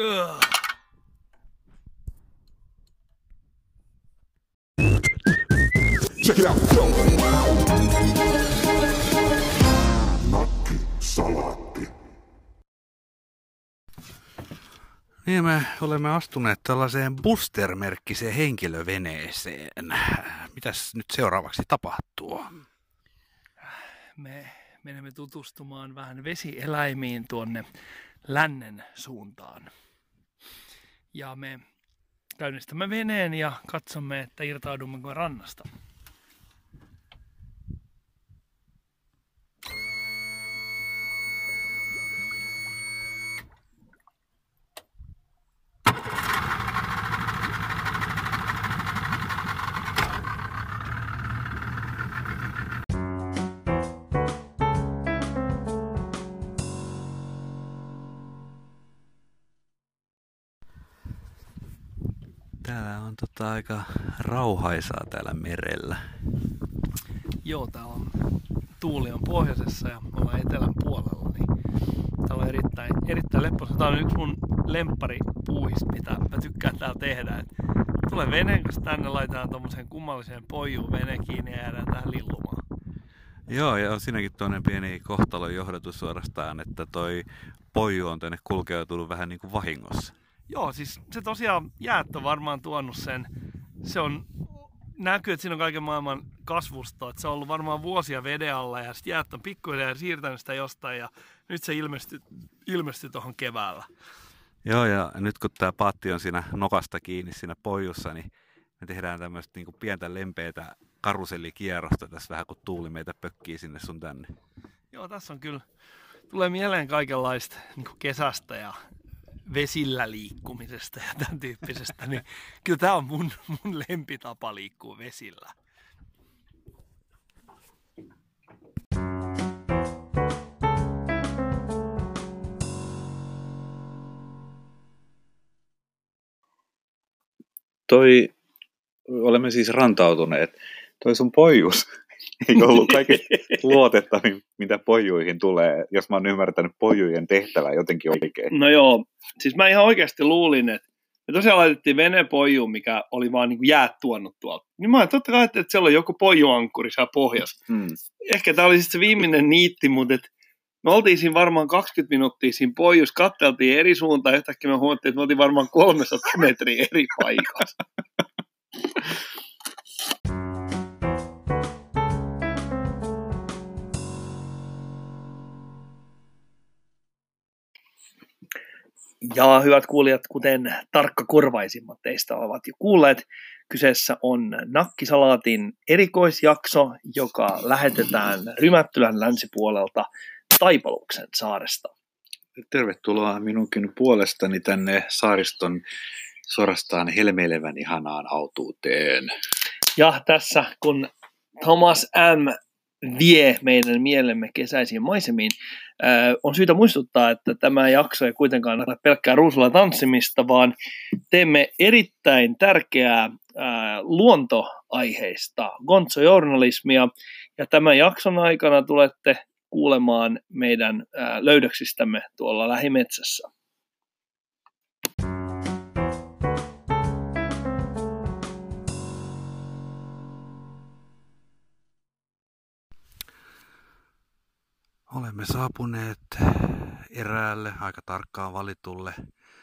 Check it out. Nakkisalaatti. Niin me olemme astuneet tällaiseen Buster-merkkiseen henkilöveneeseen. Mitäs nyt seuraavaksi tapahtuu? Me menemme tutustumaan vähän vesieläimiin tuonne lännen suuntaan. Ja me käynnistämme veneen ja katsomme, että irtaudummeko rannasta. Täällä on aika rauhaisaa täällä merellä. Joo, täällä on tuuli on pohjoisessa ja me ollaan etelän puolella, niin täällä on erittäin leppoisa. Tää on yksi mun lempparipuuhista, mitä mä tykkään täällä tehdä. Et tulee veneen kanssa tänne, laitetaan tommoseen kummalliseen poijuun vene kiinni ja jäädään tähän lillumaan. Joo, ja on siinäkin toinen pieni kohtalon johdatus suorastaan, että toi poiju on tänne kulkeutunut vähän niin kuin vahingossa. Joo, siis se tosiaan jäät on varmaan tuonut sen. Se on näkyy, että siinä on kaiken maailman kasvustoa. Että se on ollut varmaan vuosia veden alla ja sitten jäät on pikkuhiljaa siirtänyt sitä jostain ja nyt se ilmestyi tuohon keväällä. Joo, ja nyt kun tää paatti on siinä nokasta kiinni siinä poijussa, niin me tehdään tämmöistä niinku pientä lempeätä karusellikierrosta tässä vähän, kun tuuli meitä pökkii sinne sun tänne. Joo, tässä on kyllä, tulee mieleen kaikenlaista niin kesästä ja vesillä liikkumisesta ja tämän tyyppisestä, niin kyllä tää on mun lempitapa liikkua vesillä. Olemme siis rantautuneet. Toi sun poijus ei ollut kaikista luotettavin, mitä pojuihin tulee, jos mä oon ymmärtänyt pojujen tehtävää jotenkin oikein. No joo, siis mä ihan oikeasti luulin, että me tosiaan laitettiin vene pojuun, mikä oli vaan niin kuin jäät tuonut tuolta. Niin mä totta kai, että siellä on joku pojuankkuri siellä pohjassa. Ehkä tää oli sitten se viimeinen niitti, mutta me oltiin siinä varmaan 20 minuuttia siinä pojussa, katteltiin eri suuntaan, yhtäkkiä me huomattiin, että me oltiin varmaan 300 metriä eri paikassa. Ja hyvät kuulijat, kuten tarkkakorvaisimmat teistä ovat jo kuulleet, kyseessä on Nakkisalaatin erikoisjakso, joka lähetetään Rymättylän länsipuolelta Taipaluksen saaresta. Tervetuloa minunkin puolestani tänne saariston suorastaan helmeilevän ihanaan autuuteen. Ja tässä kun Thomas M. vie meidän mielemme kesäisiin maisemiin, on syytä muistuttaa, että tämä jakso ei kuitenkaan ole pelkkää ruusulla tanssimista, vaan teemme erittäin tärkeää luontoaiheista gonzo-journalismia, ja tämän jakson aikana tulette kuulemaan meidän löydöksistämme tuolla lähimetsässä. Olemme saapuneet eräälle aika tarkkaan valitulle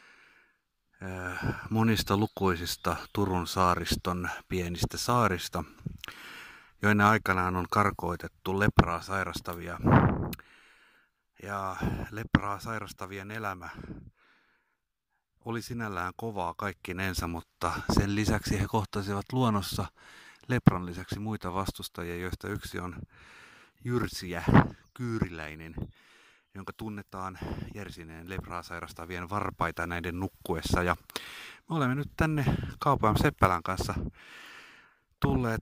monista lukuisista Turun saariston pienistä saarista, joiden aikanaan on karkoitettu lepraa sairastavia. Ja lepraa sairastavien elämä oli sinällään kovaa kaikkinensa, mutta sen lisäksi he kohtasivat luonnossa lepran lisäksi muita vastustajia, joista yksi on jyrsiä kyyriläinen, jonka tunnetaan järsineen lepraa sairastavien varpaita näiden nukkuessa. Ja me olemme nyt tänne Kaupan Seppälän kanssa tulleet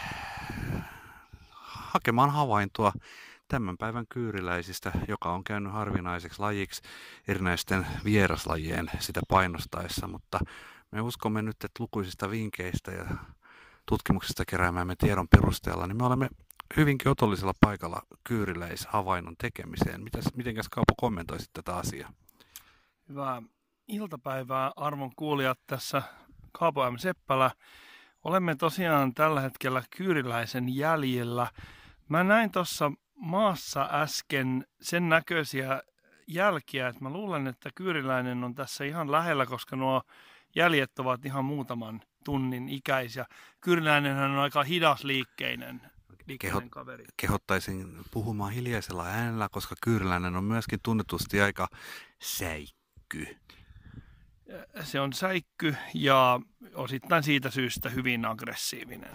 hakemaan havaintoa tämän päivän kyyriläisistä, joka on käynyt harvinaiseksi lajiksi erinäisten vieraslajien sitä painostaessa, mutta me uskomme nyt, että lukuisista vinkkeistä ja tutkimuksista keräämämme tiedon perusteella, niin me olemme hyvinkin otollisella paikalla kyyriläishavainnon tekemiseen. Mitenkäs Kaupo kommentoisit tätä asiaa? Hyvä. iltapäivää, arvon kuulijat, tässä Kaapo M. Seppälä. Olemme tosiaan tällä hetkellä Kyyriläisen jäljellä. Mä näin tuossa maassa äsken sen näköisiä jälkiä, että mä luulen, että Kyyriläinen on tässä ihan lähellä, koska nuo jäljet ovat ihan muutaman tunnin ikäisiä. Kyyriläinenhän on aika hidasliikkeinen kaveri. Kehottaisin puhumaan hiljaisella äänellä, koska Kyyriläinen on myöskin tunnetusti aika säikky. Se on säikky ja osittain siitä syystä hyvin aggressiivinen.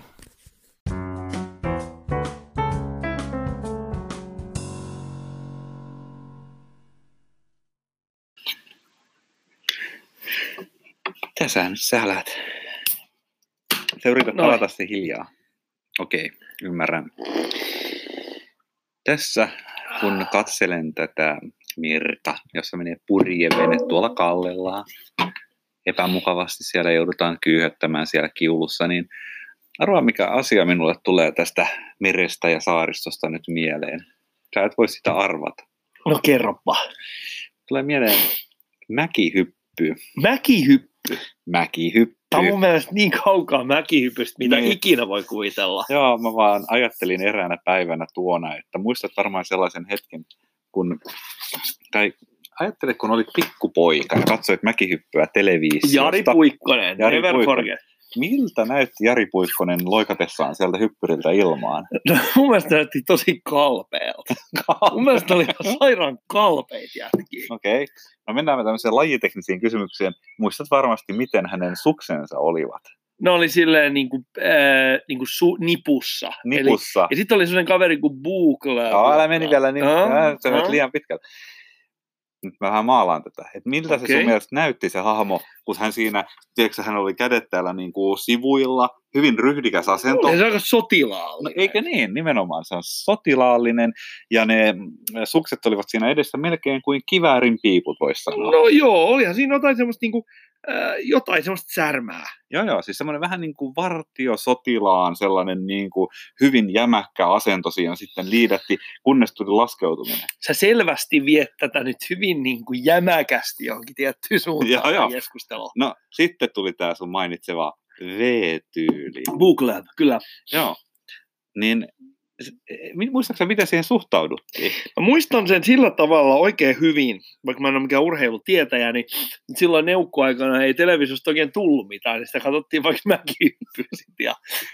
Mitä sä lähdet? Sä yrität palata se hiljaa. Okei, ymmärrän. Tässä kun katselen tätä merta, jossa menee purjevene tuolla kallellaan, epämukavasti siellä joudutaan kyyhöttämään siellä kiulussa, niin arvaa mikä asia minulle tulee tästä merestä ja saaristosta nyt mieleen. Sä et voi sitä arvata. No kerropa. Tulee mieleen mäkihyppy. Mäkihyppy? Tämä on mun mielestä niin kaukaa mäkihypystä, mitä ikinä voi kuvitella. Joo, mä vaan ajattelin eräänä päivänä tuona, että muistat varmaan sellaisen hetken, kun olit pikkupoika ja katsoit mäkihyppyä televisiosta. Jari Puikkonen, never forget. Miltä näytti Jari Puikkonen loikatessaan sieltä hyppyriltä ilmaan? No, mun mielestä näytti tosi kalpeelta. Mun mielestä oli ihan sairaan kalpeit jätkiä. Okei. No mennään tämmöiseen lajiteknisiin kysymykseen. Muistat varmasti, miten hänen suksensa olivat? Ne oli silleen nipussa. Nipussa. Ja sitten oli sellainen kaveri kuin Buukle. Älä meni vielä niin. Se meni liian pitkälle. Nyt mä vähän maalaan tätä. Että miltä se sun mielestä näytti se hahmo, kun hän siinä, tiedätkö, hän oli kädet täällä niin kuin sivuilla, hyvin ryhdikäs asento. Se on aika sotilaallinen. No, eikä niin, nimenomaan. Se on sotilaallinen ja ne sukset olivat siinä edessä melkein kuin kiväärin piiput, voisi sanoa. No joo, olihan siinä jotain semmoista särmää. Joo, siis semmoinen vähän niin kuin vartiosotilaan sellainen niin kuin hyvin jämäkkä asento siihen sitten liidätti, kunnes tuli laskeutuminen. Sä selvästi viet tätä nyt hyvin niin kuin jämäkästi johonkin tiettyyn suuntaan keskustelua. No sitten tuli tämä sun mainitseva V-tyyli. Buukle, kyllä. Joo, niin muistatko sä, miten siihen suhtauduttiin? Mä muistan sen sillä tavalla oikein hyvin, vaikka mä en ole mikään urheilutietäjä, niin silloin neukkuaikana ei televisiosta oikein tullut mitään, niin sitä katsottiin vaikka mäkihyppyä.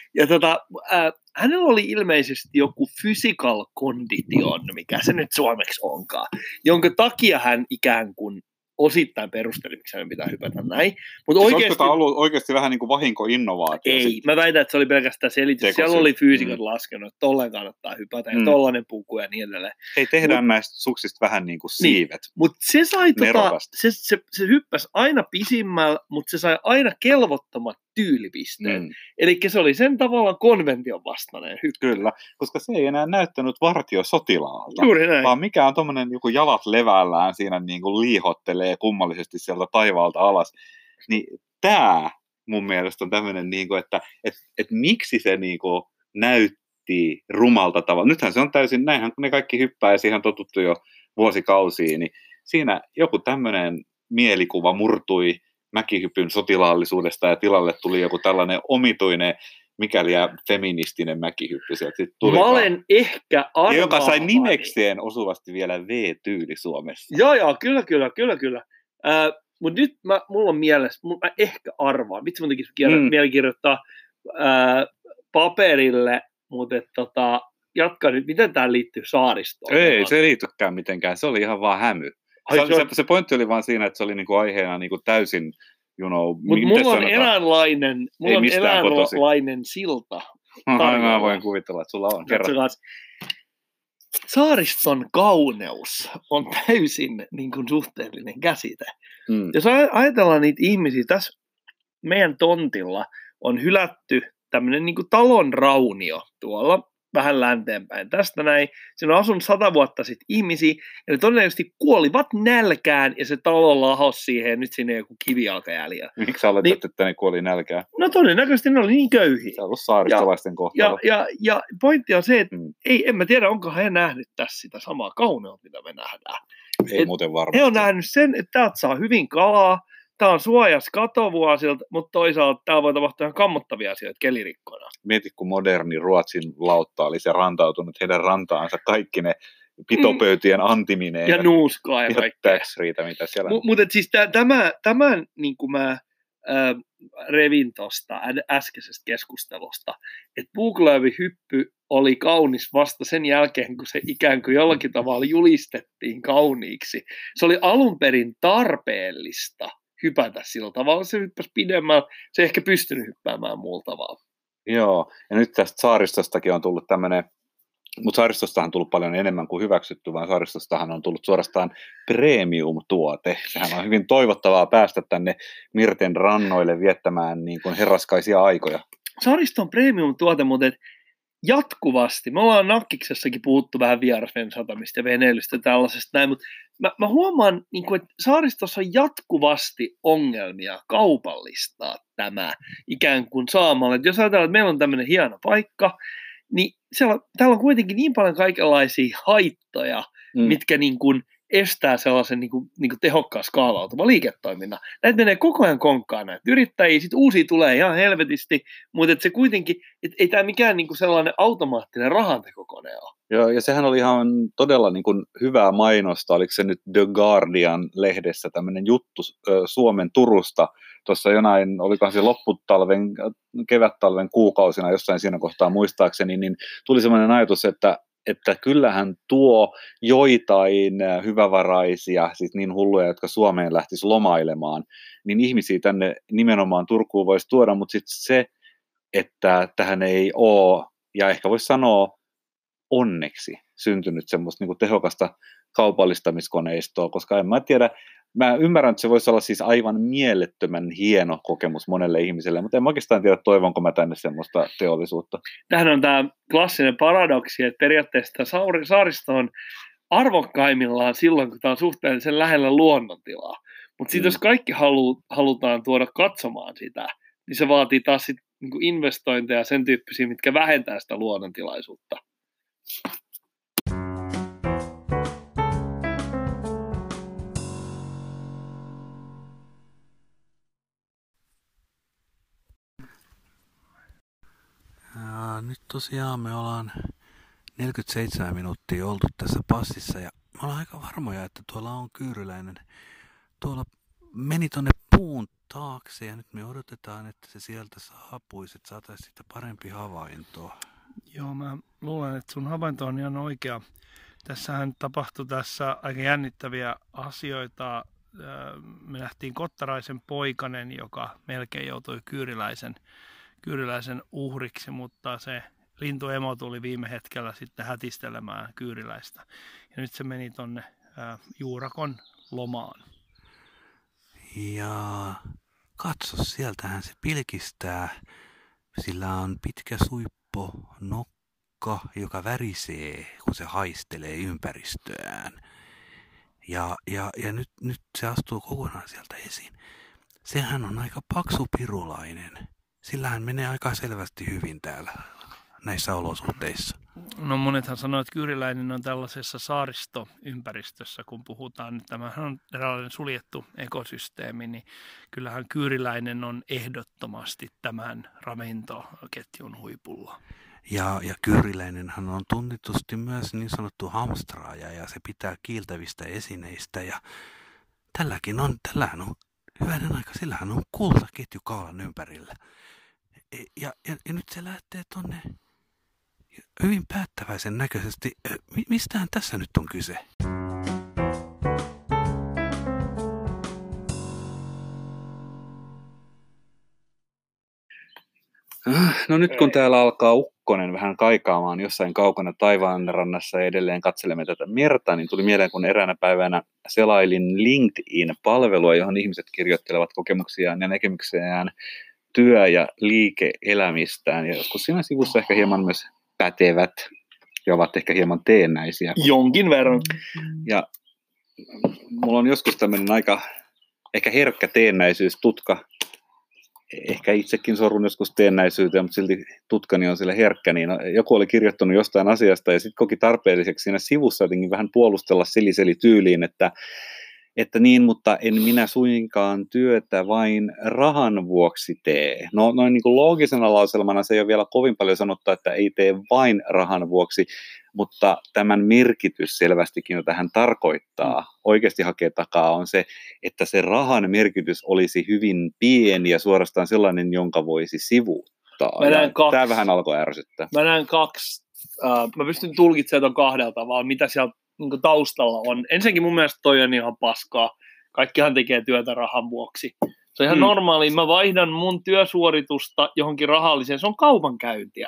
Hänellä oli ilmeisesti joku physical condition, mikä se nyt suomeksi onkaan, jonka takia hän ikään kuin osittain perusteli, miksi hän pitää hypätä näin. Mutta oikeasti, onko ollut oikeasti vähän niin kuin vahinkoinnovaatio? Ei, mä väitän, että se oli pelkästään selitys. Siellä oli fyysikat laskenut, että tolleen kannattaa hypätä ja tollainen puku ja niin edelleen. Ei, tehdään näistä suksista vähän niin kuin siivet. Niin. Mutta se sai se hyppäsi aina pisimmällä, mutta se sai aina kelvottomat tyylipisteet. Eli se oli sen tavallaan konvention vastainen hyppy. Kyllä, koska se ei enää näyttänyt vartiosotilaalta. Juuri näin. Vaan mikä on tommonen joku jalat levällään siinä niin kuin liihottelee kummallisesti sieltä taivaalta alas. Niin tää mun mielestä on tämmöinen, niin kuin, että miksi se niin kuin näytti rumalta tavalla. Nythän se on täysin, näinhän kun ne kaikki hyppää ja siihen on totuttu jo vuosikausia, niin siinä joku tämmöinen mielikuva murtui mäkihypyn sotilaallisuudesta ja tilalle tuli joku tällainen omituinen, mikäli feministinen mäkihyppy sieltä mä olen ehkä arvaavani. Joka sai nimekseen osuvasti vielä V-tyyli Suomessa. Joo, kyllä. Mutta nyt mulla on mielessä, mä ehkä arvaan, vitsi mun tekisi mieli kirjoittaa paperille, mutta jatka nyt, miten tämä liittyy saaristoon? Ei, se ei liitykään mitenkään, se oli ihan vaan hämy. Se pointti oli vaan siinä, että se oli niinku aiheena niinku täysin, mutta mulla on eräänlainen silta. Mä voin kuvitella, että sulla on. Saariston kauneus on täysin niin kuin suhteellinen käsite. Jos ajatellaan niitä ihmisiä, tässä meidän tontilla on hylätty tämmöinen niin kuin talon raunio tuolla vähän länteenpäin. Tästä näin. Siinä on asunut 100 vuotta sitten ihmisiä, ja ne todennäköisesti kuolivat nälkään, ja se talo lahosi siihen, ja nyt siinä ei joku kivijalka jäljellä. Miksi sä oletat, että ne kuoli nälkään? No todennäköisesti ne oli niin köyhiä. Se on ollut saaristolaisten kohtalo. Ja pointti on se, että en mä tiedä, onko he nähnyt tässä sitä samaa kauneutta, mitä me nähdään. Ei muuten varmasti. He on nähnyt sen, että täältä saa hyvin kalaa, tämä on suojas katovuosilta, mutta toisaalta täällä voi tapahtua ihan kammottavia asioita kelirikkona. Mieti, kun moderni Ruotsin lautta oli se rantautunut heidän rantaansa kaikki ne pitopöytien antimineen ja nuuskaa ja kaikkea. tax-freeitä, mitä siellä Mutta siis tämän niin kuin mä revin tuosta äskeisestä keskustelusta, että puuklöövin hyppy oli kaunis vasta sen jälkeen, kun se ikään kuin jollakin tavalla julistettiin kauniiksi. Se oli alun perin tarpeellista hypätä sillä tavalla, se hyppäsi pidemmällä, se ei ehkä pystynyt hyppäämään muulla tavalla. Joo, ja nyt tästä saaristostakin on tullut tämmöinen, mutta saaristostahan on tullut paljon enemmän kuin hyväksytty, vaan saaristostahan on tullut suorastaan premium-tuote. Sehän on hyvin toivottavaa päästä tänne Mirten rannoille viettämään niin kuin herraskaisia aikoja. Saaristo on premium-tuote, mutta jatkuvasti, me ollaan Nakkiksessakin puhuttu vähän vierasvensatamista ja veneilystä ja tällaisesta näin, mutta mä huomaan, niin kuin, että saaristossa on jatkuvasti ongelmia kaupallistaa tämä ikään kuin saamalla. Että jos ajatellaan, että meillä on tämmöinen hieno paikka, niin täällä on kuitenkin niin paljon kaikenlaisia haittoja, mitkä niin kuin estää sellaisen niin kuin tehokkaan skaalautuvan liiketoiminnan. Näitä menee koko ajan konkkaan näitä yrittäjiä, sitten uusia tulee ihan helvetisti, mutta se kuitenkin, ei tämä mikään niin kuin sellainen automaattinen rahantekokone ole. Joo, ja sehän oli ihan todella niin kuin hyvää mainosta, oliko se nyt The Guardian-lehdessä tämmöinen juttu Suomen Turusta, tuossa jonain, olikohan se lopputalven, kevättalven kuukausina jossain siinä kohtaa muistaakseni, niin tuli semmoinen ajatus, että kyllähän tuo joitain hyvävaraisia, siis niin hulluja, jotka Suomeen lähtisi lomailemaan, niin ihmisiä tänne nimenomaan Turkuun voisi tuoda, mutta sitten se, että tähän ei ole, ja ehkä voisi sanoa onneksi, syntynyt semmoista niin kuin tehokasta kaupallistamiskoneistoa, koska en mä tiedä, mä ymmärrän, että se voisi olla siis aivan mielettömän hieno kokemus monelle ihmiselle, mutta en oikeastaan tiedä, toivonko mä tänne semmoista teollisuutta. Tähän on tämä klassinen paradoksi, että periaatteessa saaristo on arvokkaimmillaan silloin, kun tämä on suhteellisen lähellä luonnontilaa. Mutta sitten jos kaikki halutaan tuoda katsomaan sitä, niin se vaatii taas sit niinku investointeja ja sen tyyppisiä, mitkä vähentää sitä luonnontilaisuutta. Nyt tosiaan me ollaan 47 minuuttia oltu tässä passissa ja me ollaan aika varmoja, että tuolla on Kyyryläinen. Tuolla meni tonne puun taakse ja nyt me odotetaan, että se sieltä saapuisi, että saataisiin siitä parempi havaintoa. Joo, mä luulen, että sun havainto on ihan oikea. Tässähän tapahtui tässä aika jännittäviä asioita. Me nähtiin Kottaraisen poikanen, joka melkein joutui Kyyryläisen uhriksi, mutta se lintuemo tuli viime hetkellä sitten hätistelemään Kyyryläistä. Ja nyt se meni tonne juurakon lomaan. Ja katso, sieltähän se pilkistää. Sillä on pitkä suippo nokka, joka värisee, kun se haistelee ympäristöään. Ja nyt se astuu kokonaan sieltä esiin. Sehän on aika paksu pirulainen. Sillähän menee aika selvästi hyvin täällä näissä olosuhteissa. No monethan sanoo, että Kyyryläinen on tällaisessa saaristoympäristössä, kun puhutaan, että tämähän on eräänlainen suljettu ekosysteemi, niin kyllähän Kyyryläinen on ehdottomasti tämän ravintoketjun huipulla. Ja Kyyryläinenhän on tunnitusti myös niin sanottu hamstraaja ja se pitää kiiltävistä esineistä ja tällähän on hyvänen aika, sillähän on kultaketju kaulan ympärillä. Ja nyt se lähtee tonne hyvin päättäväisen näköisesti. Mistähän tässä nyt on kyse? No nyt kun täällä alkaa ukkonen vähän kaikaamaan jossain kaukana taivaanrannassa ja edelleen katselemme tätä merta, niin tuli mieleen, kun eräänä päivänä selailin LinkedIn-palvelua, johon ihmiset kirjoittelevat kokemuksiaan ja näkemyksiään työ- ja liike-elämistään. Ja joskus siinä sivussa ehkä hieman myös pätevät ja ovat ehkä hieman teennäisiä. Jonkin verran. Ja mulla on joskus tämmöinen aika ehkä herkkä teennäisyystutka ehkä itsekin sorun joskus teennäisyyteen, mutta silti tutkani on sille herkkä, niin joku oli kirjoittanut jostain asiasta ja sitten koki tarpeelliseksi siinä sivussa jotenkin vähän puolustella siliseli-tyyliin, että niin, mutta en minä suinkaan työtä vain rahan vuoksi tee. No noin niin kuin loogisena lauselmana se ei ole vielä kovin paljon sanottu, että ei tee vain rahan vuoksi, mutta tämän merkitys selvästikin, jota hän tarkoittaa, oikeasti hakee takaa, on se, että se rahan merkitys olisi hyvin pieni ja suorastaan sellainen, jonka voisi sivuuttaa. Tämä vähän alkoi ärsyttää. Mä näen kaksi. Mä pystyn tulkitsemaan ton kahdelta tavalla, mitä siellä niin taustalla on. Ensinnäkin mun mielestä toi on ihan paskaa. Kaikkihan tekee työtä rahan vuoksi. Se on ihan normaali. Mä vaihdan mun työsuoritusta johonkin rahalliseen. Se on kaupankäyntiä.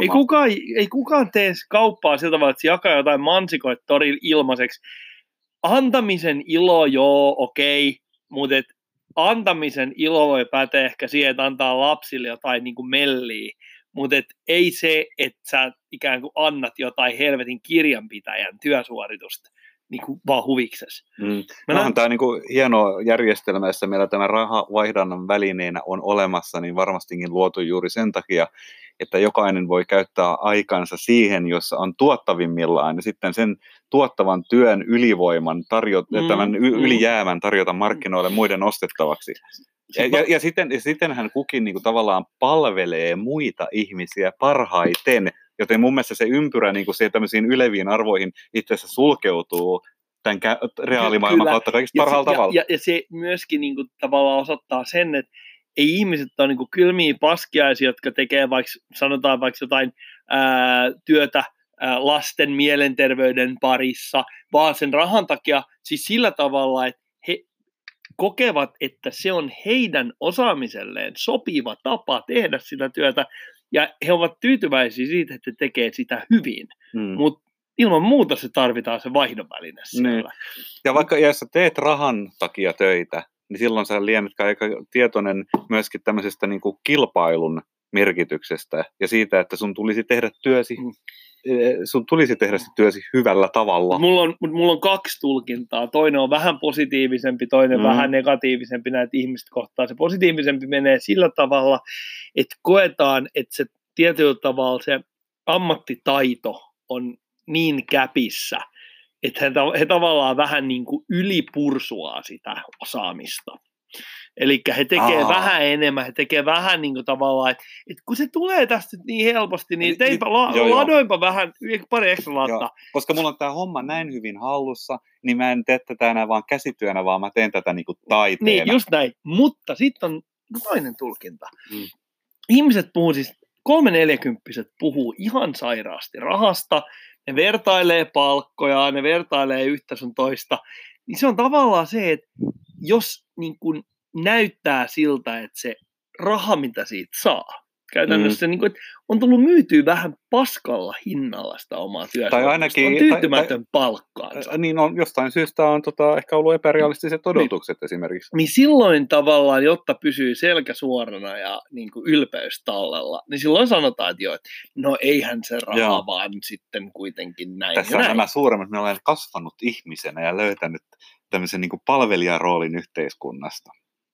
Ei kukaan tee kauppaa sillä tavalla, että se jakaa jotain mansikoita torilla ilmaiseksi. Antamisen ilo, joo, okei. Mutta antamisen ilo voi päteä ehkä siihen, että antaa lapsille jotain niin kuin melliä. Mutta ei se, että sä ikään kuin annat jotain helvetin kirjanpitäjän työsuoritusta niin kuin vaan huviksesi. Onhan tämä niin kuin hieno järjestelmä, jossa meillä tämä rahavaihdannan välineenä on olemassa, niin varmastikin luotu juuri sen takia, että jokainen voi käyttää aikansa siihen, jossa on tuottavimmillaan, ja sitten sen tuottavan työn ylivoiman, tämän ylijäämän tarjota markkinoille muiden ostettavaksi. Ja sitten hän kukin niin kuin tavallaan palvelee muita ihmisiä parhaiten, joten mun mielestä se ympyrä niin kuin se tämmöisiin yleviin arvoihin itse asiassa sulkeutuu tämän reaalimaailman kautta kaikista parhaalla tavalla. Ja se myöskin niin kuin tavallaan osoittaa sen, että ei ihmiset ole niin kuin kylmiä paskiaisia, jotka tekee sanotaan vaikka jotain työtä lasten mielenterveyden parissa, vaan sen rahan takia siis sillä tavalla, että he kokevat, että se on heidän osaamiselleen sopiva tapa tehdä sitä työtä, ja he ovat tyytyväisiä siitä, että tekee sitä hyvin, mutta ilman muuta se tarvitaan se vaihdonväline siellä. Niin. Ja vaikka jos sä teet rahan takia töitä, niin silloin sä liennet aika tietoinen myöskin tämmöisestä niin kuin kilpailun merkityksestä ja siitä, että sun tulisi tehdä työsi hyvällä tavalla. Mulla on kaksi tulkintaa. Toinen on vähän positiivisempi, toinen vähän negatiivisempi näitä ihmistä kohtaan. Se positiivisempi menee sillä tavalla, että koetaan, että se tietyllä tavalla se ammattitaito on niin käpissä, että he tavallaan vähän niin kuin ylipursuaa sitä osaamista. Eli he tekee vähän enemmän, he tekee vähän niin kuin tavallaan, että kun se tulee tästä niin helposti, niin teipä ladoinpa vähän, pari ekstra lattaa. Koska mulla on tämä homma näin hyvin hallussa, niin mä en tee tätä enää vaan käsityönä, vaan mä teen tätä niin kuin taiteena. Niin, just näin. Mutta sitten on toinen tulkinta. Ihmiset puhuu siis, 3-40-vuotiaat puhuu ihan sairaasti rahasta, ne vertailee palkkoja, ne vertailee yhtä sun toista, niin se on tavallaan se, että jos niin kun näyttää siltä, että se raha, mitä siitä saa, käytännössä niin kun, että on tullut myytyä vähän paskalla hinnalla sitä omaa työsuoritusta, on tyytymätön palkkaansa. Niin on, jostain syystä on ehkä ollut epärealistiset odotukset esimerkiksi. Niin silloin tavallaan, jotta pysyy selkä suorana ja niin kuin ylpeys tallella, niin silloin sanotaan, että joo, että no eihän se raha vaan sitten kuitenkin näin. Tässä on nämä suuremmat, minä olen kasvanut ihmisenä ja löytänyt tämmöisen niin kuin palvelijaroolin yhteiskunnasta.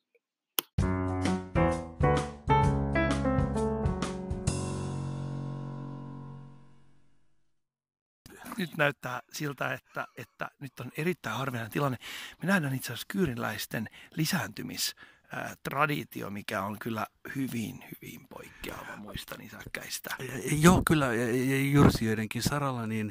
Nyt näyttää siltä, että nyt on erittäin harvinainen tilanne. Me nähdään itse asiassa kyyrinläisten lisääntymistraditio, mikä on kyllä hyvin poikkeava muista nisäkkäistä. Joo, kyllä. Jyrsijöidenkin saralla niin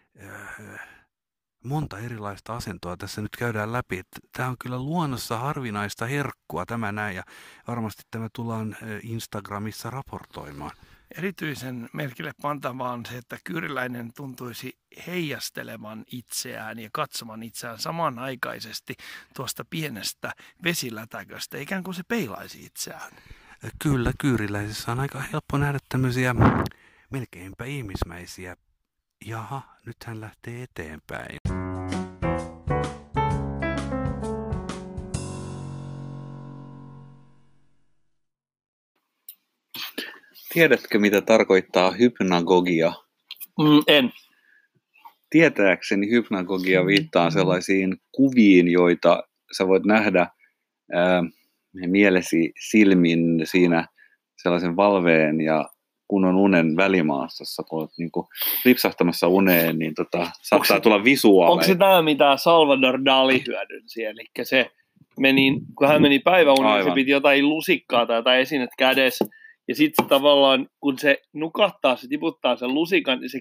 monta erilaista asentoa tässä nyt käydään läpi. Tämä on kyllä luonnossa harvinaista herkkua tämä näin, ja varmasti tämä tullaan Instagramissa raportoimaan. Erityisen merkille pantavaa on se, että kyyriläinen tuntuisi heijastelevan itseään ja katsomaan itseään samanaikaisesti tuosta pienestä vesilätäköstä, ikään kuin se peilaisi itseään. Kyllä, kyyriläisessä on aika helppo nähdä tämmöisiä melkeinpä ihmismäisiä. Jaha, nyt hän lähtee eteenpäin. Tiedätkö, mitä tarkoittaa hypnagogia? En. Tietääkseni hypnagogia viittaa sellaisiin kuviin, joita sä voit nähdä mielesi silmin siinä sellaisen valveen ja kunnon unen välimaastossa, kun olet niin kuin lipsahtamassa uneen, niin saattaa tulla visuaaleja. Onko se tämä, mitä Salvador Dali hyödynsi? Eli se kun hän meni päiväuniin, se piti jotain lusikkaa tai jotain esinet kädessä. Ja sitten tavallaan, kun se nukahtaa, se tiputtaa sen lusikan, niin se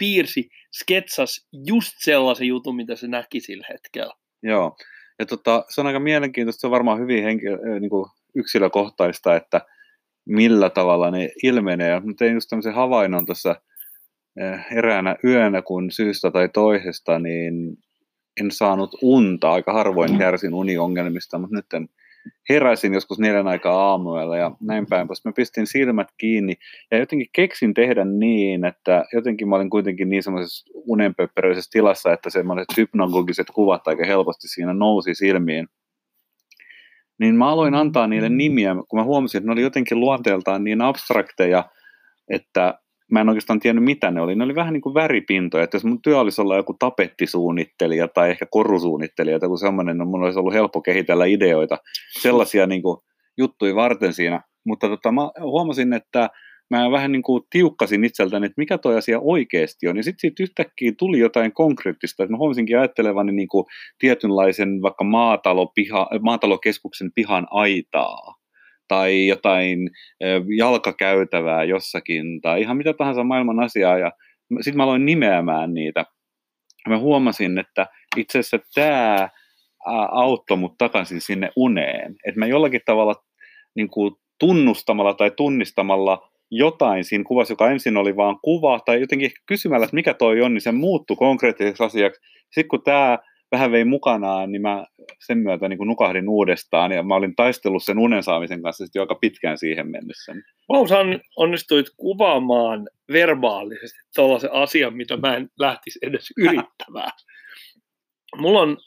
sketsasi just sellaisen jutun, mitä se näki sillä hetkellä. Joo, ja se on aika mielenkiintoista, se on varmaan hyvin niin kuin yksilökohtaista, että millä tavalla ne ilmenee. Mä tein just tämmöisen havainnon tuossa eräänä yönä, kun syystä tai toisesta, niin en saanut unta, aika harvoin kärsin uniongelmista, mutta nyt heräsin joskus 4 aikaa aamuella ja näin päin, koska mä pistin silmät kiinni ja jotenkin keksin tehdä niin, että jotenkin mä olin kuitenkin niin semmoisessa unenpöpperöisessä tilassa, että semmoiset hypnagogiset kuvat aika helposti siinä nousi silmiin. Niin mä aloin antaa niille nimiä, kun mä huomasin, että ne oli jotenkin luonteeltaan niin abstrakteja, että mä en oikeastaan tiennyt, mitä ne oli. Ne oli vähän niin kuin väripintoja, että jos mun työ olisi olla joku tapettisuunnittelija tai ehkä korusuunnittelija tai joku semmoinen, niin mun olisi ollut helppo kehitellä ideoita sellaisia niin kuin juttuja varten siinä. Mutta mä huomasin, että mä vähän niin kuin tiukkasin itseltäni, että mikä toi asia oikeasti on. Ja sitten siitä yhtäkkiä tuli jotain konkreettista, että mä huomasinkin ajattelevani niin kuin tietynlaisen vaikka maatalokeskuksen pihan aitaa. Tai jotain jalkakäytävää jossakin, tai ihan mitä tahansa maailman asiaa, ja sitten mä aloin nimeämään niitä. Mä huomasin, että itse asiassa tämä auttoi mut takaisin sinne uneen. Että mä jollakin tavalla niin kuin tunnustamalla tai tunnistamalla jotain siinä kuvassa, joka ensin oli vaan kuva, tai jotenkin ehkä kysymällä, että mikä toi on, niin se muuttui konkreettiseksi asiaksi. Sitten kun tämä vähän vei mukanaan, niin mä sen myötä niin kuin nukahdin uudestaan, ja mä olin taistellut sen unen saamisen kanssa sitten jo aika pitkään siihen mennessä. Onnistuit kuvaamaan verbaalisesti tuollaisen asian, mitä mä en lähtisi edes yrittämään. Mulla on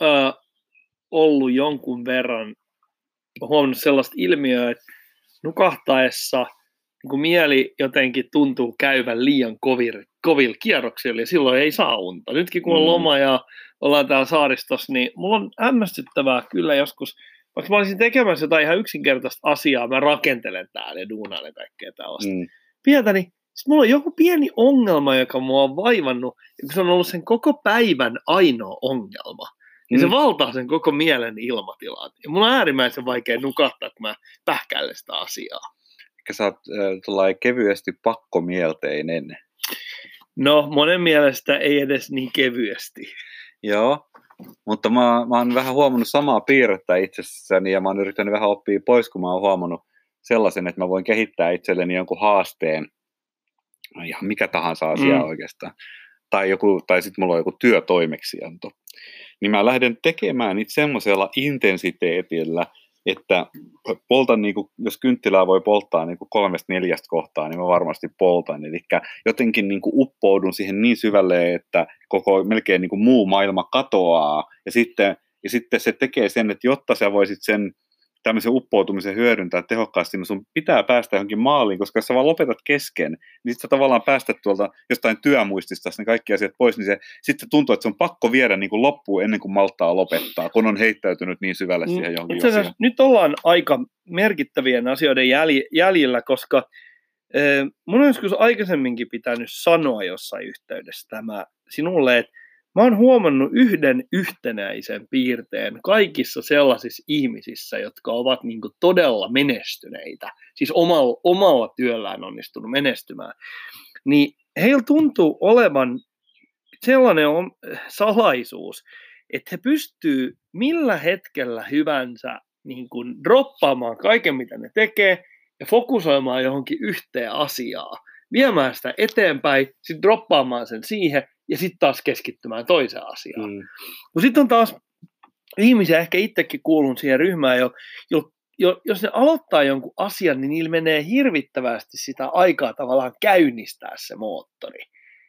ollut jonkun verran huomannut sellaista ilmiöä, että nukahtaessa niin kuin mieli jotenkin tuntuu käyvän liian kovilla kierroksilla, ja silloin ei saa unta. Nytkin kun on loma ja ollaan täällä saaristossa, niin mulla on hämmästyttävää kyllä joskus, vaikka mä olisin tekemässä jotain ihan yksinkertaista asiaa, mä rakentelen täällä ja duunailen kaikkea tällaista. Pientä, niin sitten mulla on joku pieni ongelma, joka mua on vaivannut, ja kun se on ollut sen koko päivän ainoa ongelma, niin se valtaa sen koko mielen ilmatilaan. Ja mulla on äärimmäisen vaikea nukahtaa, kun mä pähkäilen sitä asiaa. Ehkä sä oot kevyesti pakkomielteinen. No, monen mielestä ei edes niin kevyesti. Joo, mutta mä oon vähän huomannut samaa piirrettä itsessäni ja mä oon yrittänyt vähän oppia pois, kun mä oon huomannut sellaisen, että mä voin kehittää itselleni jonkun haasteen, ihan mikä tahansa asia oikeastaan, tai sitten mulla on joku työtoimeksianto. Niin mä lähden tekemään niitä semmoisella intensiteetillä, että poltan, niin kuin, jos kynttilää voi polttaa niin 3-4 kohtaa, niin mä varmasti poltan. Eli jotenkin niin kuin uppoudun siihen niin syvälle, että koko melkein niin kuin muu maailma katoaa. Ja sitten se tekee sen, että jotta sä voisit sen tämmöisen uppoutumisen hyödyntää tehokkaasti, niin sun pitää päästä johonkin maaliin, koska jos sä vaan lopetat kesken, niin sitten sä tavallaan päästät tuolta jostain työmuistista ne kaikki asiat pois, niin sitten tuntuu, että se on pakko viedä niin kuin loppuun ennen kuin malttaa lopettaa, kun on heittäytynyt niin syvälle siihen johonkin asiaan. Nyt ollaan aika merkittävien asioiden jäljellä, koska mun on joskus aikaisemminkin pitänyt sanoa jossain yhteydessä tämä sinulle, että mä oon huomannut yhden yhtenäisen piirteen kaikissa sellaisissa ihmisissä, jotka ovat niin kuin todella menestyneitä, siis omalla työllään onnistunut menestymään, niin heillä tuntuu olevan sellainen salaisuus, että he pystyy millä hetkellä hyvänsä niin kuin droppaamaan kaiken, mitä ne tekee, ja fokusoimaan johonkin yhteen asiaan, viemään sitä eteenpäin, sitten droppaamaan sen siihen, ja sitten taas keskittymään toiseen asiaan. Mutta sitten on taas ihmisiä, ehkä itsekin kuulun siihen ryhmään, jos ne aloittaa jonkun asian, niin niillä menee hirvittävästi sitä aikaa tavallaan käynnistää se moottori.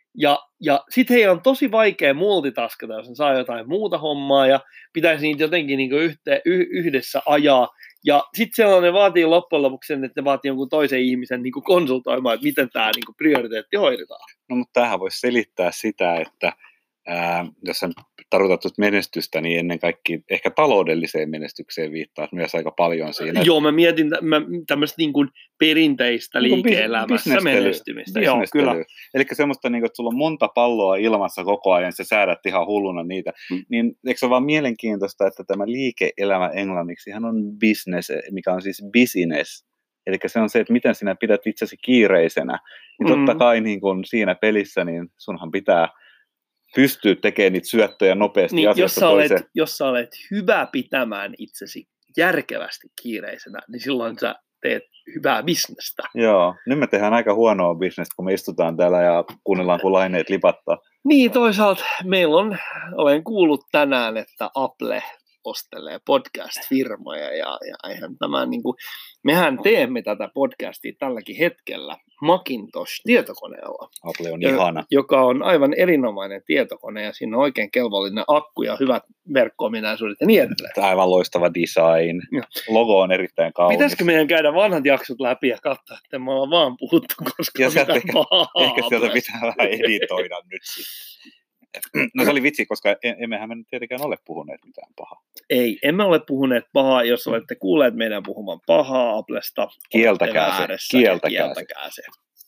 Ja sitten heillä on tosi vaikea multitaskata, jos ne saa jotain muuta hommaa, ja pitäisi niitä jotenkin niinku yhdessä ajaa. Ja sitten sellainen vaatii loppujen lopuksi sen, että ne vaatii jonkun toisen ihmisen niinku konsultoimaan, että miten tämä niinku prioriteetti hoidetaan. No mutta tämähän voisi selittää sitä, että jos sä tarkoitat menestystä, niin ennen kaikkea ehkä taloudelliseen menestykseen viittaa myös aika paljon siinä. Joo, mä mietin tämmöistä niin kuin perinteistä niin liike-elämässä menestymistä. Joo, kyllä. Eli semmoista, niin kuin, että sulla on monta palloa ilmassa koko ajan, sä säädät ihan hulluna niitä. Niin eikö se ole vaan mielenkiintoista, että tämä liike-elämä englanniksi ihan on business, mikä on siis business. Eli se on se, että miten sinä pidät itsesi kiireisenä. Niin totta kai niin kun siinä pelissä, niin sunhan pitää pystyy tekemään niitä syöttöjä nopeasti niin, asiasta toiseen. Jos sä olet hyvä pitämään itsesi järkevästi kiireisenä, niin silloin sä teet hyvää bisnestä. Joo, nyt me tehdään aika huonoa bisnestä, kun me istutaan täällä ja kuunnellaan, kun laineet lipattaa. Niin, toisaalta meillä olen kuullut tänään, että Apple ostelee podcast-firmoja ja eihän tämä niin kuin, mehän teemme tätä podcastia tälläkin hetkellä Macintosh-tietokoneella. Apple on ihana. Joka on aivan erinomainen tietokone ja siinä on oikein kelvollinen akku ja hyvät verkko-ominaisuudet ja niin edelleen. Aivan loistava design. Ja. Logo on erittäin kaunis. Pitäisikö meidän käydä vanhat jaksot läpi ja katsoa, että me ollaan vaan puhuttu, koska ehkä sieltä pitää vähän editoida nyt sitten. No se oli vitsi, koska emmehän me nyt tietenkään ole puhuneet mitään pahaa. Ei, emme ole puhuneet pahaa. Jos olette kuulleet meidän puhuman pahaa Applesta, kieltäkää se.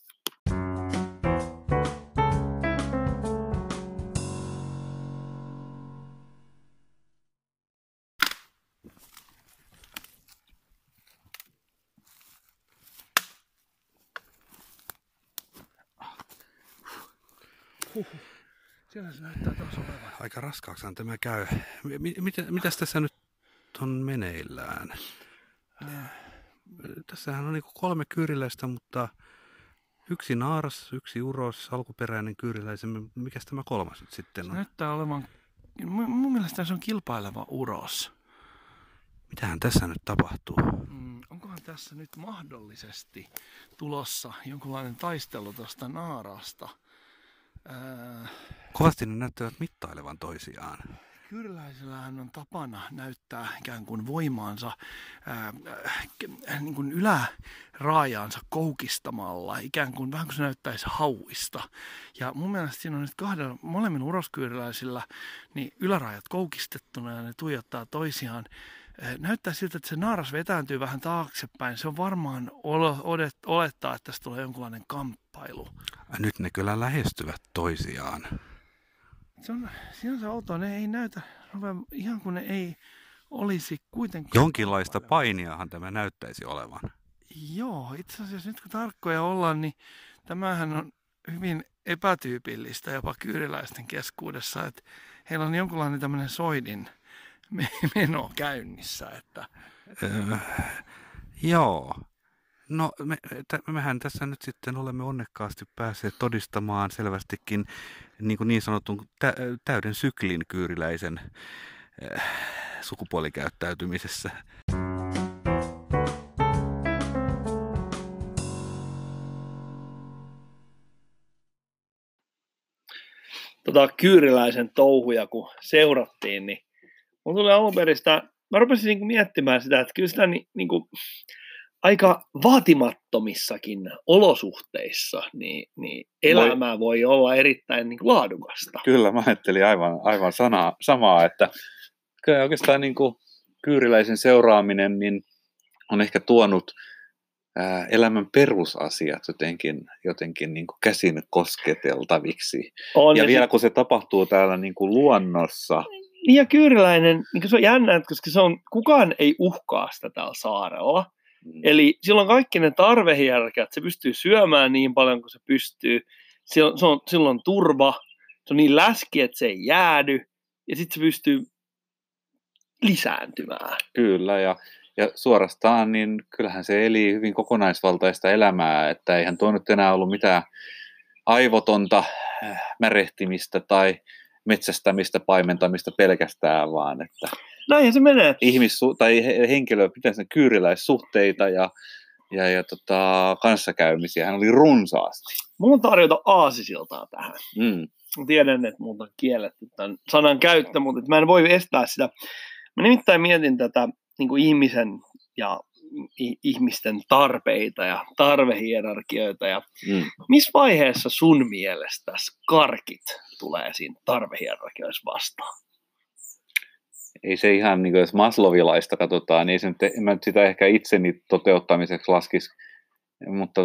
Siellä se näyttää taas olevan. Aika raskaaksihan tämä käy. Mitäs tässä nyt on meneillään? Tässähän on niin 3 kyyriläistä, mutta yksi naaras, yksi uros, alkuperäinen kyyriläisen. Mikäs tämä 3 nyt sitten on? Se näyttää olevan, mun mielestä se on kilpaileva uros. Mitähän tässä nyt tapahtuu? Onkohan tässä nyt mahdollisesti tulossa jonkunlainen taistelu tuosta naarasta? Kovasti ne näyttävät mittailevan toisiaan. Kyyriläisillähän on tapana näyttää ikään kuin voimaansa niin kuin yläraajaansa koukistamalla, ikään kuin vähän kuin se näyttäisi hauista. Ja mun mielestä siinä on nyt molemmin uroskyyriläisillä niin yläraajat koukistettuna ja ne tuijottaa toisiaan. Näyttää siltä, että se naaras vetääntyy vähän taaksepäin. Se on varmaan olettaa, että tässä tulee jonkunlainen kamppailu. Nyt ne kyllä lähestyvät toisiaan. Siinä se outoa. Ne ei näytä, ihan kuin ne ei olisi kuitenkaan... Jonkinlaista painiahan tämä näyttäisi olevan. Joo, itse asiassa nyt kun tarkkoja ollaan, niin tämähän on hyvin epätyypillistä jopa kyyriläisten keskuudessa, että heillä on jonkunlainen tämmöinen soidin meno käynnissä. Että... Joo. No mehän tässä nyt sitten olemme onnekkaasti päässeet todistamaan selvästikin niin sanotun täyden syklin kyyriläisen sukupuolikäyttäytymisessä. Kyyriläisen touhuja kun seurattiin, niin mun tuli alun perin mä rupesin niinku miettimään sitä, että kyllä sitä niinku aika vaatimattomissakin olosuhteissa niin elämä voi olla erittäin niin laadukasta. Kyllä, mä ajattelin aivan samaa, että kyllä oikeastaan niin kuin kyyriläisen seuraaminen niin on ehkä tuonut elämän perusasiat jotenkin niin kuin käsin kosketeltaviksi. Ja vielä kun se tapahtuu täällä niin kuin luonnossa. Niin ja kyyriläinen, niin se on jännä, koska kukaan ei uhkaa sitä täällä saarella. Eli silloin kaikki ne tarvehierkät, se pystyy syömään niin paljon kuin se pystyy. Silloin on turva, se on niin läski, että se ei jäädy. Ja sitten se pystyy lisääntymään. Kyllä, ja suorastaan, niin kyllähän se eli hyvin kokonaisvaltaista elämää, että eihän tuo nyt enää ollut mitään aivotonta märehtimistä tai metsästämistä, paimentamista pelkästään, vaan että näinhän se menee. Tai henkilö pitäisi kyyriläissuhteita ja kanssakäymisiä. Hän oli runsaasti. Mulla on tarjota aasisiltaa tähän. Tiedän, että multa on kielletty tämän sanan käyttö, mutta mä en voi estää sitä. Mä nimittäin mietin tätä niin kuin ihmisen ja ihmisten tarpeita ja tarvehierarkioita. Ja missä vaiheessa sun mielestä karkit tulee siinä tarvehierarkioissa vastaan? Ei se ihan, niin kuin jos maslowilaista katsotaan, niin en mä sitä ehkä itseni toteuttamiseksi laskisi, mutta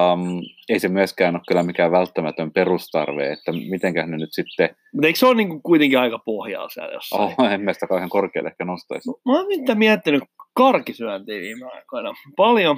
ei se myöskään ole kyllä mikään välttämätön perustarve, että mitenkäs ne nyt sitten... Mutta eikö se ole niin kuitenkin aika pohjaa siellä jossain? En mä sitä kauhean korkealle ehkä nostaisi. Mä oon nyt miettinyt karkisyöntiä viime aikoina paljon.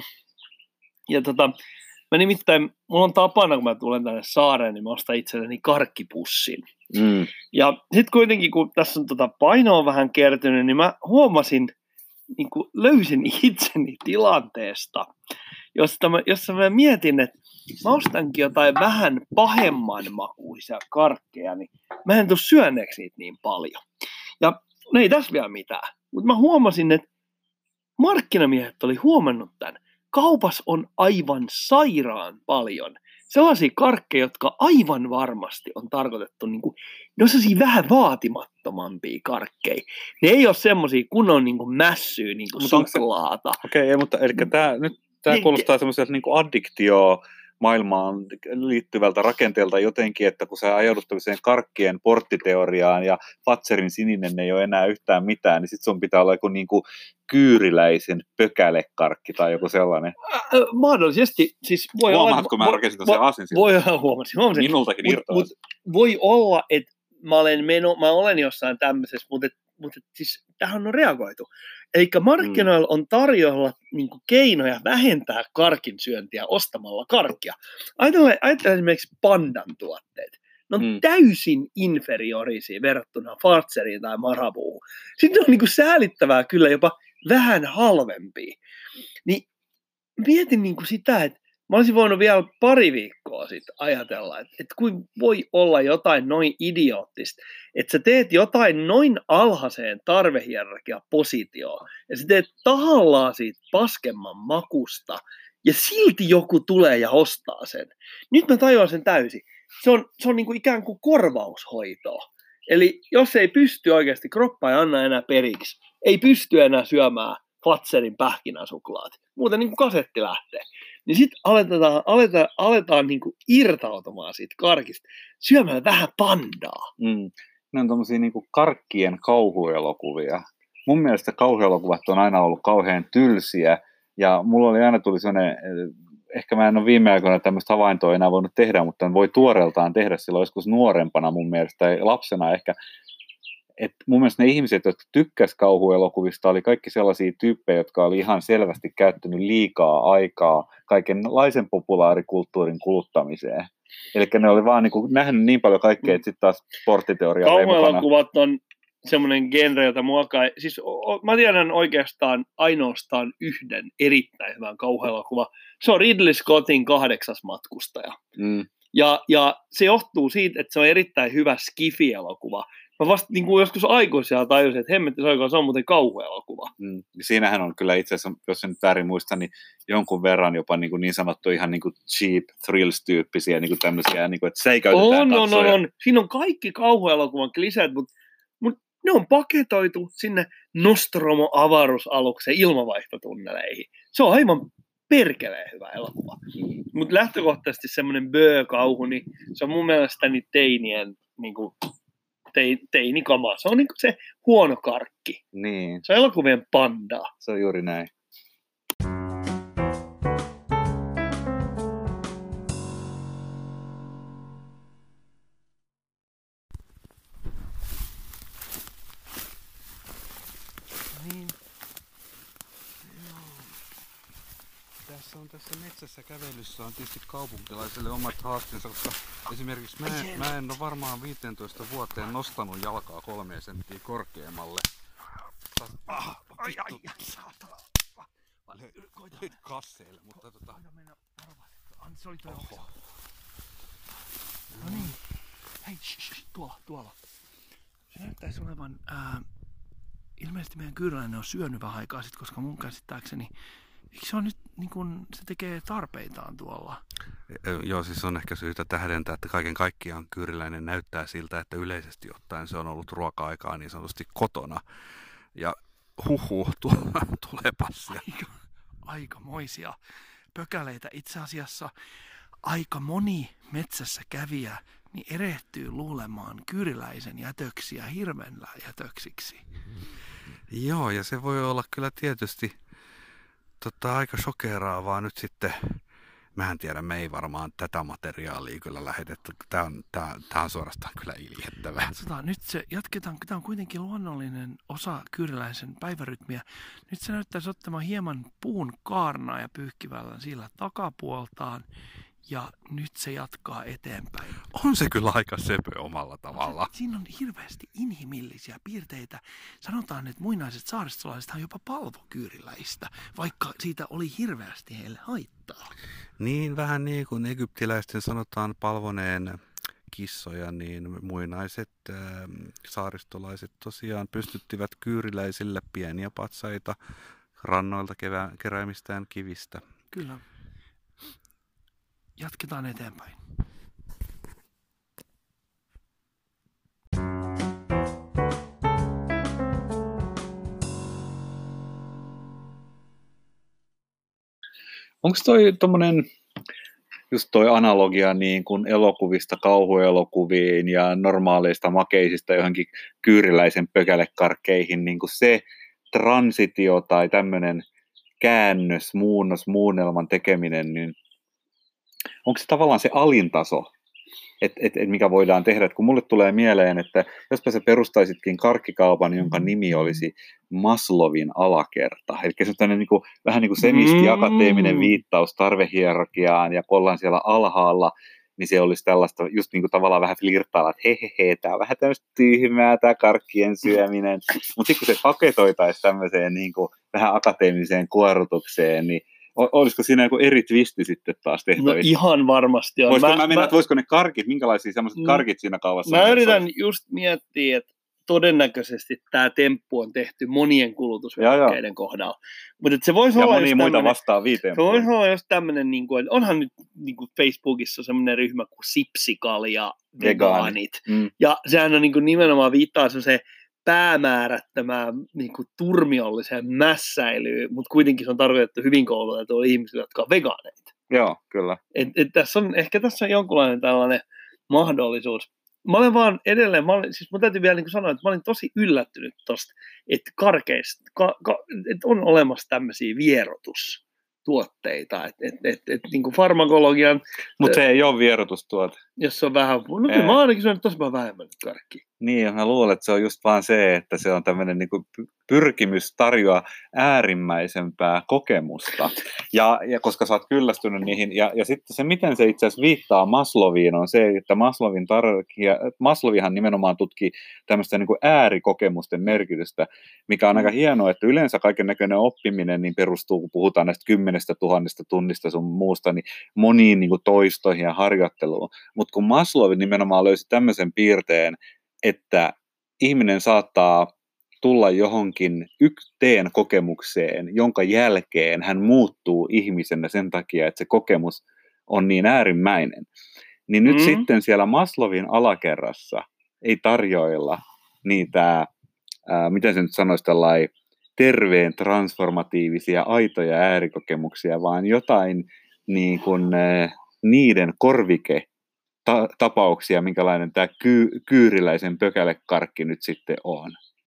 Ja mä nimittäin, mulla on tapana, kun mä tulen tänne saareen, niin mä ostan itselleni karkkipussin. Ja sitten kuitenkin, kun tässä on painoa vähän kertynyt, niin mä huomasin, niin kuin löysin itseni tilanteesta, jossa mä mietin, että mä ostankin jotain vähän pahemman makuisia karkkeja, niin mä en tule syöneeksi niitä niin paljon. Ja no ei tässä vielä mitään, mutta mä huomasin, että markkinamiehet oli huomannut tämän. Kaupassa on aivan sairaan paljon sellaisia karkkeja, jotka aivan varmasti on tarkoitettu, niin kuin, ne on sellaisia vähän vaatimattomampia karkkeja. Ne ei ole semmoisia kunnon niin kuin mässyä, niin kuin suklaata. Okei, mutta eli tämä kuulostaa semmoiselta niin kuin addiktio-maailmaan liittyvältä rakenteelta jotenkin, että kun sä ajaudut tämmöiseen karkkien porttiteoriaan ja Fatserin sininen ei ole enää yhtään mitään, niin sitten sun pitää olla joku niin kuin kyyriläisen pökälekarkki tai joku sellainen. Mahdollisesti. Siis voi huomaatko, mä rakensin tuossa asin? Huomasin. Minultakin irtoaa. Voi olla, että mä olen jossain tämmöisessä, mutta siis tähän on reagoitu. Eli markkinoilla on tarjolla niin kuin keinoja vähentää karkin syöntiä ostamalla karkkia. Ajatellaan esimerkiksi pandan tuotteet. Ne on täysin inferiorisia verrattuna Farzeriin tai Marabuuhun. Sitten on niin kuin säälittävää kyllä jopa vähän halvempia. Niin mietin niin kuin sitä, että mä olisin voinut vielä pari viikkoa sitten ajatella, että kuin voi olla jotain noin idioottista, että sä teet jotain noin alhaiseen tarvehierarkia-positioon, ja sä teet tahallaan siitä paskemman makusta, ja silti joku tulee ja ostaa sen. Nyt mä tajuan sen täysin. Se on niin kuin ikään kuin korvaushoitoa. Eli jos ei pysty oikeasti, kroppa ei anna enää periksi, ei pysty enää syömään Fatserin pähkinäsuklaat, muuten niin kuin kasetti lähtee. Niin sitten aletaan niin kuin irtautumaan siitä karkista syömällä vähän pandaa. Ne on tommosia niin kuin karkkien kauhuelokuvia. Mun mielestä kauhuelokuvat on aina ollut kauhean tylsiä, ja mulla oli aina tuli sellainen, ehkä mä en ole viime aikoina tämmöistä havaintoa enää voinut tehdä, mutta voi tuoreeltaan tehdä silloin joskus nuorempana mun mielestä, tai lapsena ehkä. Et mun mielestä ne ihmiset, jotka tykkäsivät kauhuelokuvista, oli kaikki sellaisia tyyppejä, jotka oli ihan selvästi käyttänyt liikaa aikaa kaikenlaisen populaarikulttuurin kuluttamiseen. Eli ne oli vaan niinku nähnyt niin paljon kaikkea, että sitten taas sporttiteoria oli mukana. Kauhuelokuvat on semmoinen genre, jota siis mä tiedän oikeastaan ainoastaan yhden erittäin hyvän kauhuelokuva. Se on Ridley Scottin 8. matkustaja. Ja se johtuu siitä, että se on erittäin hyvä skifi-elokuva. Mä vasta niin kuin joskus aikuisia tajusin, että hemmetti se on muuten kauhuelokuva. Siinähän on kyllä itse asiassa, jos en nyt väärin muista, niin jonkun verran jopa niin sanottu ihan niin kuin cheap thrills-tyyppisiä niin kuin tämmöisiä, niin kuin, että säikäytetään katsoja. On. Siinä on kaikki kauhuelokuvan kliseet, mutta ne on paketoitu sinne Nostromo-avaruusaluksen ilmavaihtotunneleihin. Se on aivan perkeleen hyvä elokuva. Mutta lähtökohtaisesti semmoinen böö-kauhu, niin se on mun mielestäni teinien niin kuin teinikama. Se on niin kuin se huono karkki. Niin. Se on elokuvien pandaa. Se on juuri näin. Niin. Tässä metsässä kävelyssä on tietysti kaupunkilaisille omat haasteensa, koska esimerkiksi mä en ole varmaan 15 vuoteen nostanut jalkaa 3 senttiä korkeammalle. Ai, saatana. Koita kasseille, mutta Koita mennä varovasti. Se oli toi oksa. No niin. Hei, tuolla. Se näyttäisi olevan... ilmeisesti meidän kyyräläinen on syönyt vähän aikaa sitten, koska mun käsittääkseni eikö se on nyt niin kuin se tekee tarpeitaan tuolla? Joo, siis on ehkä syytä tähdentää, että kaiken kaikkiaan kyyriläinen näyttää siltä, että yleisesti ottaen se on ollut ruoka-aikaa niin sanotusti kotona. Ja tulepas. aikamoisia pökäleitä. Itse asiassa aika moni metsässä kävijä niin erehtyy luulemaan kyyriläisen jätöksiä hirvenlä jätöksiksi. Joo, ja se voi olla kyllä tietysti aika shokeraavaa nyt sitten. Mä en tiedä, me ei varmaan tätä materiaalia kyllä lähetetty. Tää on suorastaan kyllä iljettävää. Nyt se jatketaan, tämä on kuitenkin luonnollinen osa kyyriläisen päivärytmiä. Nyt se näyttäisi ottamaan hieman puun kaarnaa ja pyyhkivällä sillä takapuoltaan. Ja nyt se jatkaa eteenpäin. On se kyllä aika söpö omalla tavalla. Siinä on hirveästi inhimillisiä piirteitä. Sanotaan, että muinaiset saaristolaiset on jopa palvokyyriläistä, vaikka siitä oli hirveästi heille haittaa. Niin, vähän niin kuin egyptiläisten sanotaan palvoneen kissoja, niin muinaiset saaristolaiset tosiaan pystyttivät kyyriläisille pieniä patsaita rannoilta keräämistään kivistä. Kyllä. Jatketaan eteenpäin. Onko toi analogia niin kuin elokuvista kauhuelokuviin ja normaaleista makeisista johonkin kyyriläisen pökälekarkkeihin, niin kuin se transitio tai tämmöinen käännös, muunnos, muunnelman tekeminen, niin onko se tavallaan se alintaso, mikä voidaan tehdä? Et kun mulle tulee mieleen, että jospa sä perustaisitkin karkkikaupan, jonka nimi olisi Maslowin alakerta. Eli se on vähän niin kuin semisti-akateeminen viittaus tarvehierarkiaan, ja kun ollaan siellä alhaalla, niin se olisi tällaista just niin kuin tavallaan vähän flirttailla, että hehehe, tämä on vähän tämmöistä tyhmää, tämä karkkien syöminen. Mutta sitten kun se paketoitaisiin tämmöiseen niin kuin vähän akateemiseen kuorutukseen, niin olisiko siinä joku eri twisti sitten taas tehtävissä? No ihan varmasti on. Voisiko ne karkit, minkälaisia semmoiset karkit siinä kaavassa? Mä yritän just miettiä, että todennäköisesti tämä temppu on tehty monien kulutushyödykkeiden kohdalla. Mutta se voisi olla monia muita vastaan 5. Se voisi olla just tämmöinen, niin kuin, onhan nyt niin kuin Facebookissa semmoinen ryhmä kuin Sipsikal ja Vegaanit. Ja sehän on niin kuin nimenomaan viittaa se päämäärättömään niin kuin turmiolliseen mässäilyyn, mutta kuitenkin se on tarkoitettu hyvin koulutetuille ihmisille, jotka on vegaaneita. Joo, kyllä. Ehkä tässä on jonkunlainen tällainen mahdollisuus. Mä olen vaan edelleen, siis mun täytyy vielä niin kuin sanoa, että mä olin tosi yllättynyt tosta, että karkeista, että on olemassa tämmöisiä vierotustuotteita, että niin kuin farmakologian... Mutta se ei ole vierotustuote. Jos se on vähän... No kyllä mä ainakin syönyt tosi vähemmän karkkia. Niin, mä luulen, että se on just vaan se, että se on tämmöinen niin kuin pyrkimys tarjoaa äärimmäisempää kokemusta. Ja koska sä oot kyllästynyt niihin, ja sitten se, miten se itse asiassa viittaa Maslowiin, on se, että Maslowihan nimenomaan tutkii tämmöistä niin kuin äärikokemusten merkitystä, mikä on aika hienoa, että yleensä kaiken näköinen oppiminen niin perustuu, kun puhutaan näistä 10 000 tunnista sun muusta, niin moniin niin kuin toistoihin ja harjoitteluun. Mutta kun Maslow nimenomaan löysi tämmöisen piirteen, että ihminen saattaa tulla johonkin yhteen kokemukseen, jonka jälkeen hän muuttuu ihmisenä sen takia, että se kokemus on niin äärimmäinen. Niin nyt sitten siellä Maslowin alakerrassa ei tarjoilla niitä, miten se nyt sanoisi, tällainen terveen transformatiivisia aitoja äärikokemuksia, vaan jotain niin kuin niiden tapauksia, minkälainen tämä kyyriläisen pökälekarkki nyt sitten on.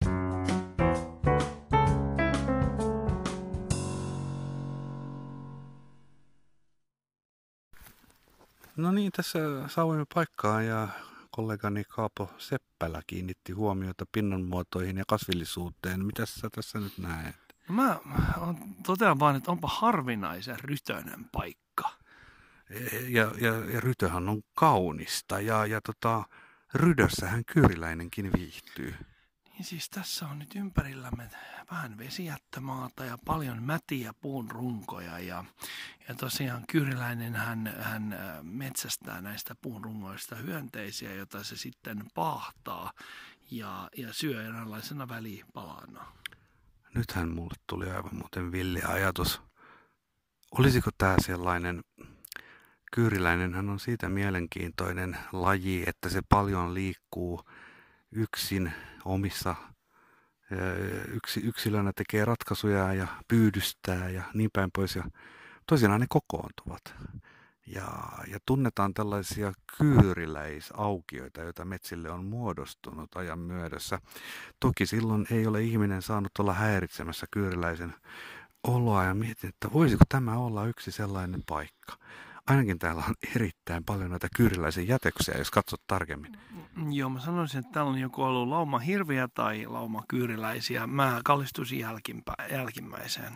No niin, tässä saavuimme paikkaan ja kollegani Kaapo Seppälä kiinnitti huomiota pinnanmuotoihin ja kasvillisuuteen. Mitäs sä tässä nyt näet? No mä totean vaan, että onpa harvinaisen rytöinen paikka. Ja rytöhän on kaunista ja rydössähän kyyriläinenkin viihtyy. Niin siis tässä on nyt ympärillämme vähän vesijättömaata ja paljon mätiä puun runkoja ja tosiaan kyyriläinen hän metsästää näistä puun rungoista hyönteisiä, joita se sitten paahtaa ja syö eräänlaisena välipalana. Nythän mulle tuli aivan muuten villi ajatus. Olisiko tämä sellainen... Kyyriläinenhän on siitä mielenkiintoinen laji, että se paljon liikkuu yksin omissa yksilönä tekee ratkaisuja ja pyydystää ja niin päin pois. Ja toisinaan ne kokoontuvat. Ja tunnetaan tällaisia kyyriläisaukioita, joita metsille on muodostunut ajan myödössä. Toki silloin ei ole ihminen saanut olla häiritsemässä kyyriläisen oloa ja mietin, että voisiko tämä olla yksi sellainen paikka. Ainakin täällä on erittäin paljon näitä kyyriläisen jätöksiä, jos katsot tarkemmin. Joo, mä sanoisin, että täällä on joku ollut lauma hirviä tai lauma kyyriläisiä. Mä kallistuisin jälkimmäiseen.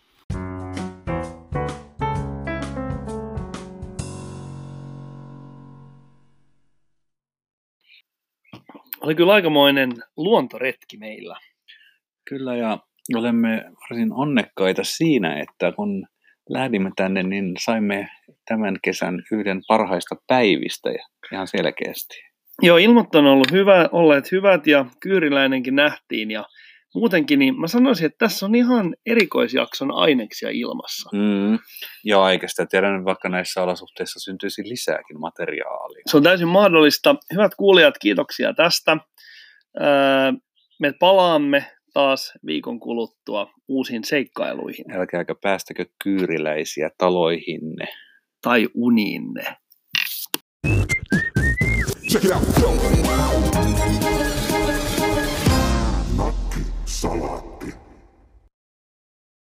Oli kyllä aikamoinen luontoretki meillä. Kyllä, ja olemme varsin onnekkaita siinä, että kun lähdimme tänne, niin saimme tämän kesän yhden parhaista päivistä ja ihan selkeästi. Joo, ilmat on olleet hyvät ja kyyriläinenkin nähtiin ja muutenkin, niin mä sanoisin, että tässä on ihan erikoisjakson aineksia ilmassa. Joo, eikä sitä tiedä, vaikka näissä olosuhteissa syntyisi lisääkin materiaalia. Se on täysin mahdollista. Hyvät kuulijat, kiitoksia tästä. Me palaamme taas viikon kuluttua uusiin seikkailuihin. Älkääkä päästäkö kyyriläisiä taloihinne. Tai uniinne. Check it out. Nakki salaatti.